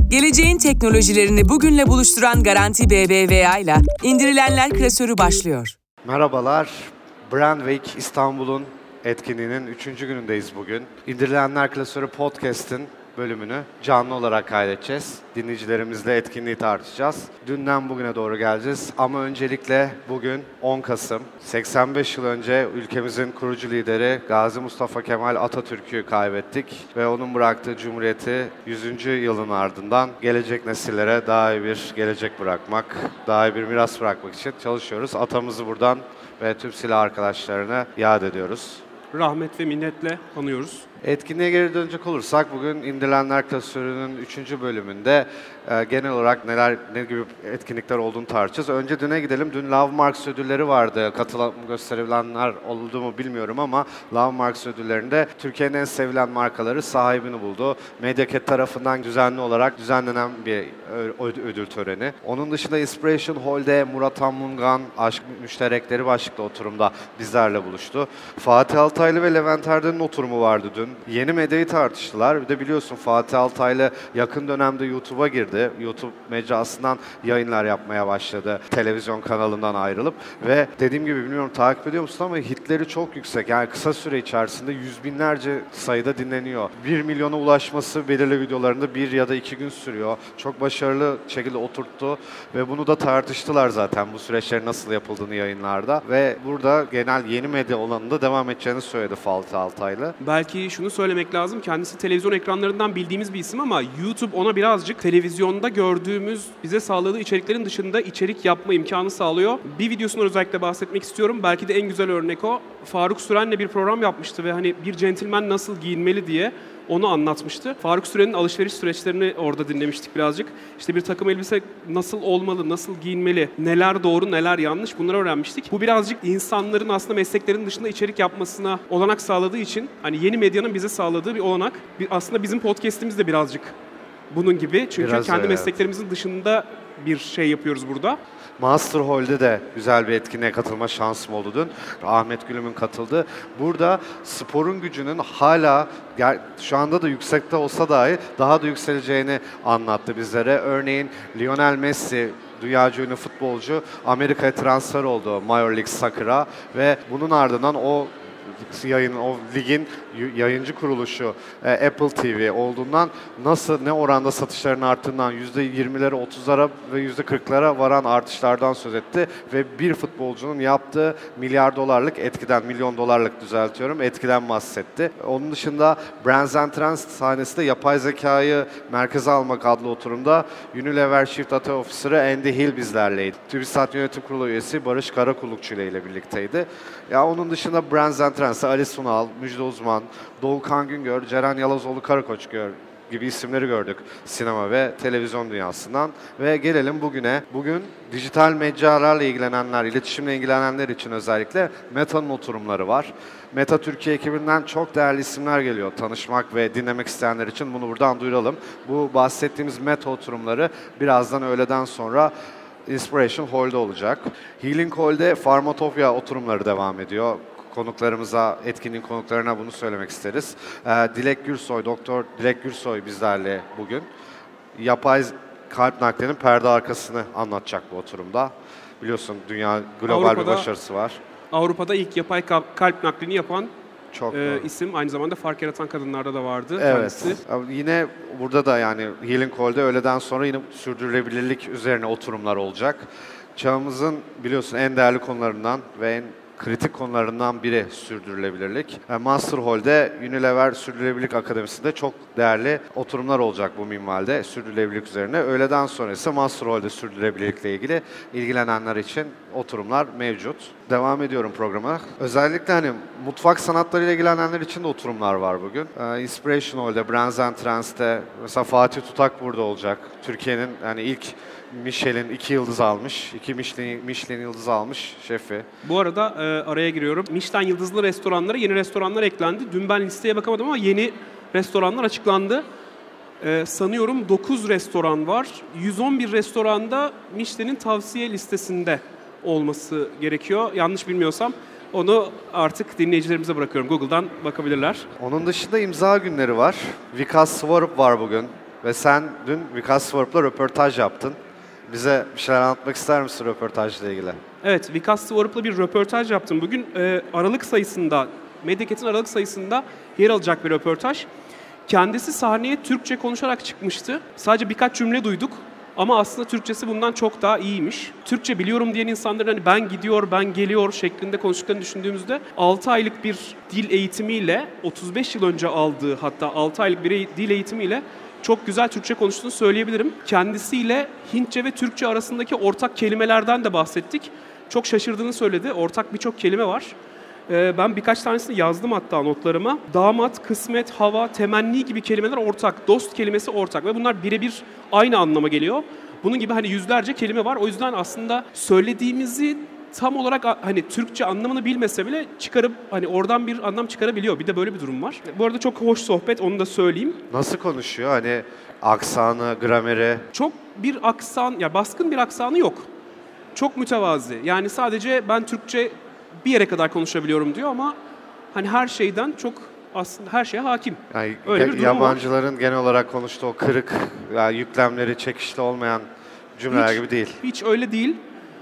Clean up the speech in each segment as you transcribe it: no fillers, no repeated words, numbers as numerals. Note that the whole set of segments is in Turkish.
Geleceğin teknolojilerini bugünle buluşturan Garanti BBVA ile indirilenler klasörü başlıyor. Merhabalar, Brand Week İstanbul'un etkinliğinin 3. günündeyiz bugün. İndirilenler Klasörü Podcast'in bölümünü canlı olarak kaydedeceğiz. Dinleyicilerimizle etkinliği tartışacağız. Dünden bugüne doğru geleceğiz ama öncelikle bugün 10 Kasım. 85 yıl önce ülkemizin kurucu lideri Gazi Mustafa Kemal Atatürk'ü kaybettik ve onun bıraktığı Cumhuriyeti 100. yılın ardından gelecek nesillere daha iyi bir gelecek bırakmak, daha iyi bir miras bırakmak için çalışıyoruz. Atamızı buradan ve tüm silah arkadaşlarını yad ediyoruz. Rahmet ve minnetle anıyoruz. Etkinliğe geri dönecek olursak bugün İndirilenler Klasörü'nün 3. bölümünde genel olarak ne gibi etkinlikler olduğunu tartışacağız. Önce düne gidelim. Dün Love Marks ödülleri vardı. Katılım gösterilenler oldu mu bilmiyorum ama Love Marks ödüllerinde Türkiye'nin en sevilen markaları sahibini buldu. Mediaket tarafından düzenli olarak düzenlenen bir ödül töreni. Onun dışında Inspiration Hall'de Murat Anmungan Aşk Müşterekleri başlıklı oturumda bizlerle buluştu. Fatih Altaylı ve Levent Erden'in oturumu vardı dün. Yeni medyayı tartıştılar. Bir de biliyorsun Fatih Altaylı yakın dönemde YouTube'a girdi. YouTube mecrasından yayınlar yapmaya başladı. Televizyon kanalından ayrılıp ve dediğim gibi bilmiyorum takip ediyor musun ama hitleri çok yüksek. Yani kısa süre içerisinde yüz binlerce sayıda dinleniyor. 1 milyona ulaşması belirli videolarında 1 ya da 2 gün sürüyor. Çok başarılı şekilde oturttu ve bunu da tartıştılar zaten bu süreçlerin nasıl yapıldığını yayınlarda ve burada genel yeni medya olanında devam edeceğini söyledi Fatih Altaylı. Belki şunu söylemek lazım. Kendisi televizyon ekranlarından bildiğimiz bir isim ama YouTube ona birazcık televizyonda gördüğümüz, bize sağladığı içeriklerin dışında içerik yapma imkanı sağlıyor. Bir videosundan özellikle bahsetmek istiyorum. Belki de en güzel örnek o. Faruk Süren'le bir program yapmıştı ve hani bir centilmen nasıl giyinmeli diye onu anlatmıştı. Faruk Süren'in alışveriş süreçlerini orada dinlemiştik birazcık. İşte bir takım elbise nasıl olmalı, nasıl giyinmeli, neler doğru, neler yanlış bunları öğrenmiştik. Bu birazcık insanların aslında mesleklerin dışında içerik yapmasına olanak sağladığı için hani yeni medyanın bize sağladığı bir olanak. Aslında bizim podcast'imiz de birazcık bunun gibi. Çünkü biraz kendi evet. mesleklerimizin dışında bir şey yapıyoruz burada. Master Hall'de de güzel bir etkinliğe katılma şansım oldu dün. Ahmet Gülüm'ün katıldığı. Burada sporun gücünün hala şu anda da yüksekte olsa dahi daha da yükseleceğini anlattı bizlere. Örneğin Lionel Messi, dünyaca ünlü futbolcu Amerika'ya transfer oldu Major League Soccer'a ve bunun ardından o ligin yayıncı kuruluşu Apple TV olduğundan ne oranda satışların arttığından %20'lere, 30'lara ve %40'lara varan artışlardan söz etti ve bir futbolcunun yaptığı milyar dolarlık milyon dolarlık düzeltiyorum, etkiden bahsetti. Onun dışında Brands and Trends sahnesinde yapay zekayı merkeze almak adlı oturumda Unilever Chief Data Officer'ı Andy Hill bizlerleydi. TÜBİSAT Yönetim Kurulu üyesi Barış Karakullukçu ile birlikteydi. Ya onun dışında Brands and Trends'te Ali Sunal, Müjde Uzman, Doğukan Güngör, Ceren Yalazoğlu Karakoç gibi isimleri gördük sinema ve televizyon dünyasından. Ve gelelim bugüne. Bugün dijital mecralarla ilgilenenler, iletişimle ilgilenenler için özellikle Meta'nın oturumları var. Meta Türkiye ekibinden çok değerli isimler geliyor. Tanışmak ve dinlemek isteyenler için bunu buradan duyuralım. Bu bahsettiğimiz Meta oturumları birazdan öğleden sonra Inspiration Hall'de olacak. Healing Hall'de Pharmatopia oturumları devam ediyor. Etkinliğin konuklarına bunu söylemek isteriz. Doktor Dilek Gürsoy bizlerle bugün. Yapay kalp naklinin perde arkasını anlatacak bu oturumda. Biliyorsun global bir başarısı var. Avrupa'da ilk yapay kalp naklini yapan isim, aynı zamanda fark yaratan kadınlarda da vardı kendisi. Evet. Yine burada da yani Healing Hall'de öğleden sonra yine sürdürülebilirlik üzerine oturumlar olacak. Çağımızın biliyorsun en değerli konularından ve en kritik konularından biri sürdürülebilirlik. Master Hall'de Unilever Sürdürülebilirlik Akademisi'nde çok değerli oturumlar olacak bu minvalde sürdürülebilirlik üzerine. Öğleden sonra ise Master Hall'de sürdürülebilirlikle ilgili ilgilenenler için oturumlar mevcut. Devam ediyorum programa. Özellikle mutfak sanatlarıyla ilgilenenler için de oturumlar var bugün. Inspiration Hall'de, Brands and Trends'te mesela Fatih Tutak burada olacak. Türkiye'nin ilk Michelin 2 yıldız almış, 2 Michelin yıldızı almış şefi. Bu arada araya giriyorum. Michelin yıldızlı restoranlara yeni restoranlar eklendi. Dün ben listeye bakamadım ama yeni restoranlar açıklandı. Sanıyorum 9 restoran var. 111 restoranda Michelin'in tavsiye listesinde olması gerekiyor. Yanlış bilmiyorsam onu artık dinleyicilerimize bırakıyorum. Google'dan bakabilirler. Onun dışında imza günleri var. Vikas Svarup var bugün. ve sen dün Vikas Swarop'la röportaj yaptın. Bize bir şeyler anlatmak ister misin röportajla ilgili? Evet, Vikas Swarop'la bir röportaj yaptım. Bugün Aralık sayısında, Medyaket'in Aralık sayısında yer alacak bir röportaj. Kendisi sahneye Türkçe konuşarak çıkmıştı. Sadece birkaç cümle duyduk ama aslında Türkçesi bundan çok daha iyiymiş. Türkçe biliyorum diyen insanların hani ben gidiyor, ben geliyor şeklinde konuştuklarını düşündüğümüzde 6 aylık bir dil eğitimiyle, 35 yıl önce aldığı hatta 6 aylık bir dil eğitimiyle çok güzel Türkçe konuştuğunu söyleyebilirim. Kendisiyle Hintçe ve Türkçe arasındaki ortak kelimelerden de bahsettik. Çok şaşırdığını söyledi. Ortak birçok kelime var. Ben birkaç tanesini yazdım hatta notlarıma. Damat, kısmet, hava, temenni gibi kelimeler ortak. Dost kelimesi ortak ve bunlar birebir aynı anlama geliyor. Bunun gibi hani yüzlerce kelime var. O yüzden aslında söylediğimizi tam olarak hani Türkçe anlamını bilmese bile çıkarıp hani oradan bir anlam çıkarabiliyor. Bir de böyle bir durum var. Bu arada çok hoş sohbet, onu da söyleyeyim. Nasıl konuşuyor? Hani aksanı, grameri? Çok bir aksan, ya baskın bir aksanı yok. Çok mütevazi. Yani sadece ben Türkçe bir yere kadar konuşabiliyorum diyor ama hani her şeyden çok aslında her şeye hakim. Yani Öyle bir durum yabancıların var. genel olarak konuştuğu o kırık, yani yüklemleri çekişli olmayan cümleler gibi değil. Hiç öyle değil.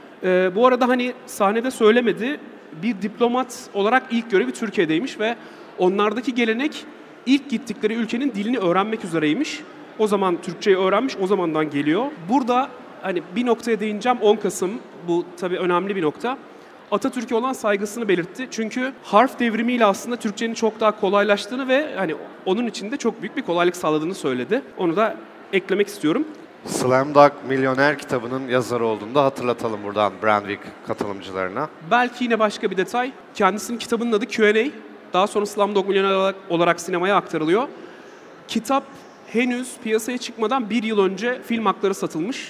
Bu arada hani sahnede söylemedi. Bir diplomat olarak ilk görevi Türkiye'deymiş ve onlardaki gelenek ilk gittikleri ülkenin dilini öğrenmek üzereymiş. O zaman Türkçeyi öğrenmiş, o zamandan geliyor. Burada hani bir noktaya değineceğim. 10 Kasım, bu tabii önemli bir nokta. Atatürk'e olan saygısını belirtti. Çünkü harf devrimiyle aslında Türkçenin çok daha kolaylaştığını ve hani onun için de çok büyük bir kolaylık sağladığını söyledi. Onu da eklemek istiyorum. Slumdog Milyoner kitabının yazarı olduğunu da hatırlatalım buradan Brandwick katılımcılarına. Belki yine başka bir detay. Kendisinin kitabının adı Q&A. Daha sonra Slumdog Milyoner olarak sinemaya aktarılıyor. Kitap henüz piyasaya çıkmadan bir yıl önce film hakları satılmış.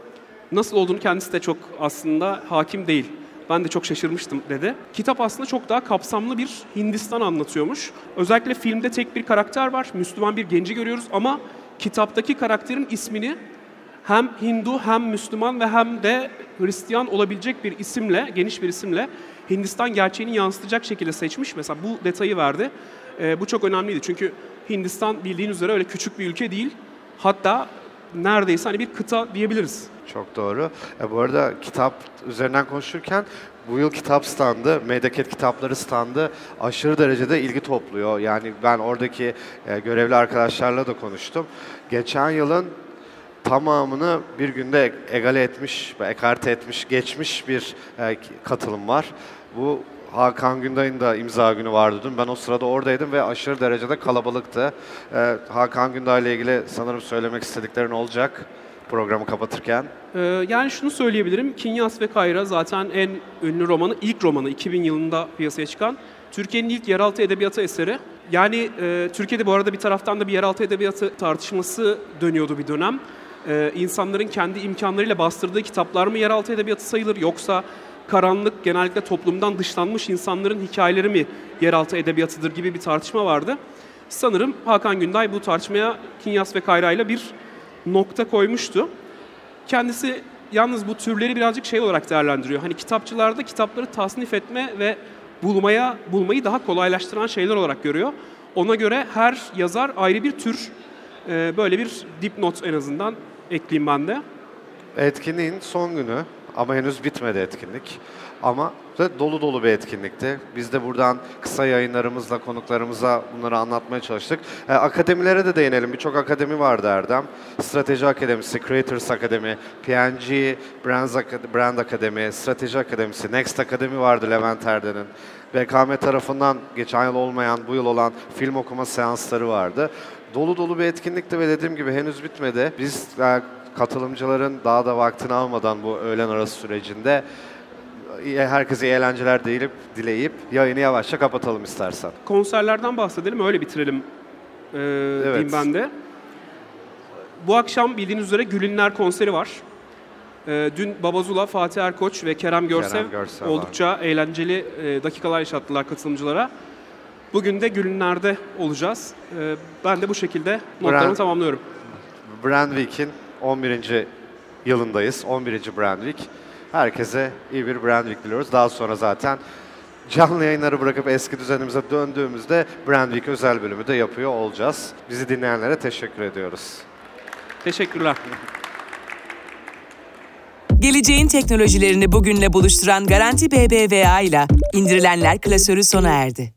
Nasıl olduğunu kendisi de çok aslında hakim değil. Ben de çok şaşırmıştım dedi. Kitap aslında çok daha kapsamlı bir Hindistan anlatıyormuş. Özellikle filmde tek bir karakter var. Müslüman bir genci görüyoruz ama kitaptaki karakterin ismini hem Hindu hem Müslüman ve hem de Hristiyan olabilecek bir isimle, geniş bir isimle Hindistan gerçeğini yansıtacak şekilde seçmiş. Mesela bu detayı verdi. Bu çok önemliydi. Çünkü Hindistan bildiğin üzere öyle küçük bir ülke değil. Hatta neredeyse hani bir kıta diyebiliriz. Çok doğru. Bu arada kitap üzerinden konuşurken bu yıl kitap standı, Medyakет kitapları standı aşırı derecede ilgi topluyor. Yani ben oradaki görevli arkadaşlarla da konuştum. Geçen yılın tamamını bir günde egale etmiş ve ekarte etmiş, geçmiş bir katılım var. Bu Hakan Günday'ın da imza günü vardı dün. Ben o sırada oradaydım ve aşırı derecede kalabalıktı. Hakan Günday'la ilgili sanırım söylemek istediklerin olacak programı kapatırken. Yani şunu söyleyebilirim. Kinyas ve Kayra zaten en ünlü romanı, ilk romanı 2000 yılında piyasaya çıkan. Türkiye'nin ilk yeraltı edebiyatı eseri. Yani Türkiye'de bu arada bir taraftan da bir yeraltı edebiyatı tartışması dönüyordu bir dönem. İnsanların kendi imkanlarıyla bastırdığı kitaplar mı yeraltı edebiyatı sayılır yoksa karanlık, genellikle toplumdan dışlanmış insanların hikayeleri mi yeraltı edebiyatıdır gibi bir tartışma vardı. Sanırım Hakan Günday bu tartışmaya Kinyas ve Kayra ile bir nokta koymuştu. Kendisi yalnız bu türleri birazcık şey olarak değerlendiriyor. Hani kitapçılarda kitapları tasnif etme ve bulmayı daha kolaylaştıran şeyler olarak görüyor. Ona göre her yazar ayrı bir tür, böyle bir dipnot en azından ekleyeyim ben de. Etkinliğin son günü ama henüz bitmedi etkinlik. Ama dolu dolu bir etkinlikti. Biz de buradan kısa yayınlarımızla konuklarımıza bunları anlatmaya çalıştık. Akademilere de değinelim. Birçok akademi vardı Erdem. Strateji Akademisi, Creators Akademi, PNG, Brand Akademi, Strateji Akademisi, Next Akademi vardı Levent Erden'in. BKM tarafından geçen yıl olmayan, bu yıl olan film okuma seansları vardı. Dolu dolu bir etkinlikti ve dediğim gibi henüz bitmedi. Biz katılımcıların daha da vaktini almadan bu öğlen arası sürecinde herkese iyi eğlenceler dileyip yayını yavaşça kapatalım istersen. Konserlerden bahsedelim, öyle bitirelim diyeyim ben de. Bu akşam bildiğiniz üzere Gülünler konseri var. Dün Babazula, Fatih Erkoç ve Kerem Görsev oldukça eğlenceli dakikalar yaşattılar katılımcılara. Bugün de Gülünler'de olacağız. Ben de bu şekilde notlarımı tamamlıyorum. Brandwick'in 11. yılındayız. 11. Brandwick. Herkese iyi bir Brandwick diliyoruz. Daha sonra zaten canlı yayınları bırakıp eski düzenimize döndüğümüzde Brandwick özel bölümü de yapıyor olacağız. Bizi dinleyenlere teşekkür ediyoruz. Teşekkürler. Geleceğin teknolojilerini bugünle buluşturan Garanti BBVA ile indirilenler klasörü sona erdi.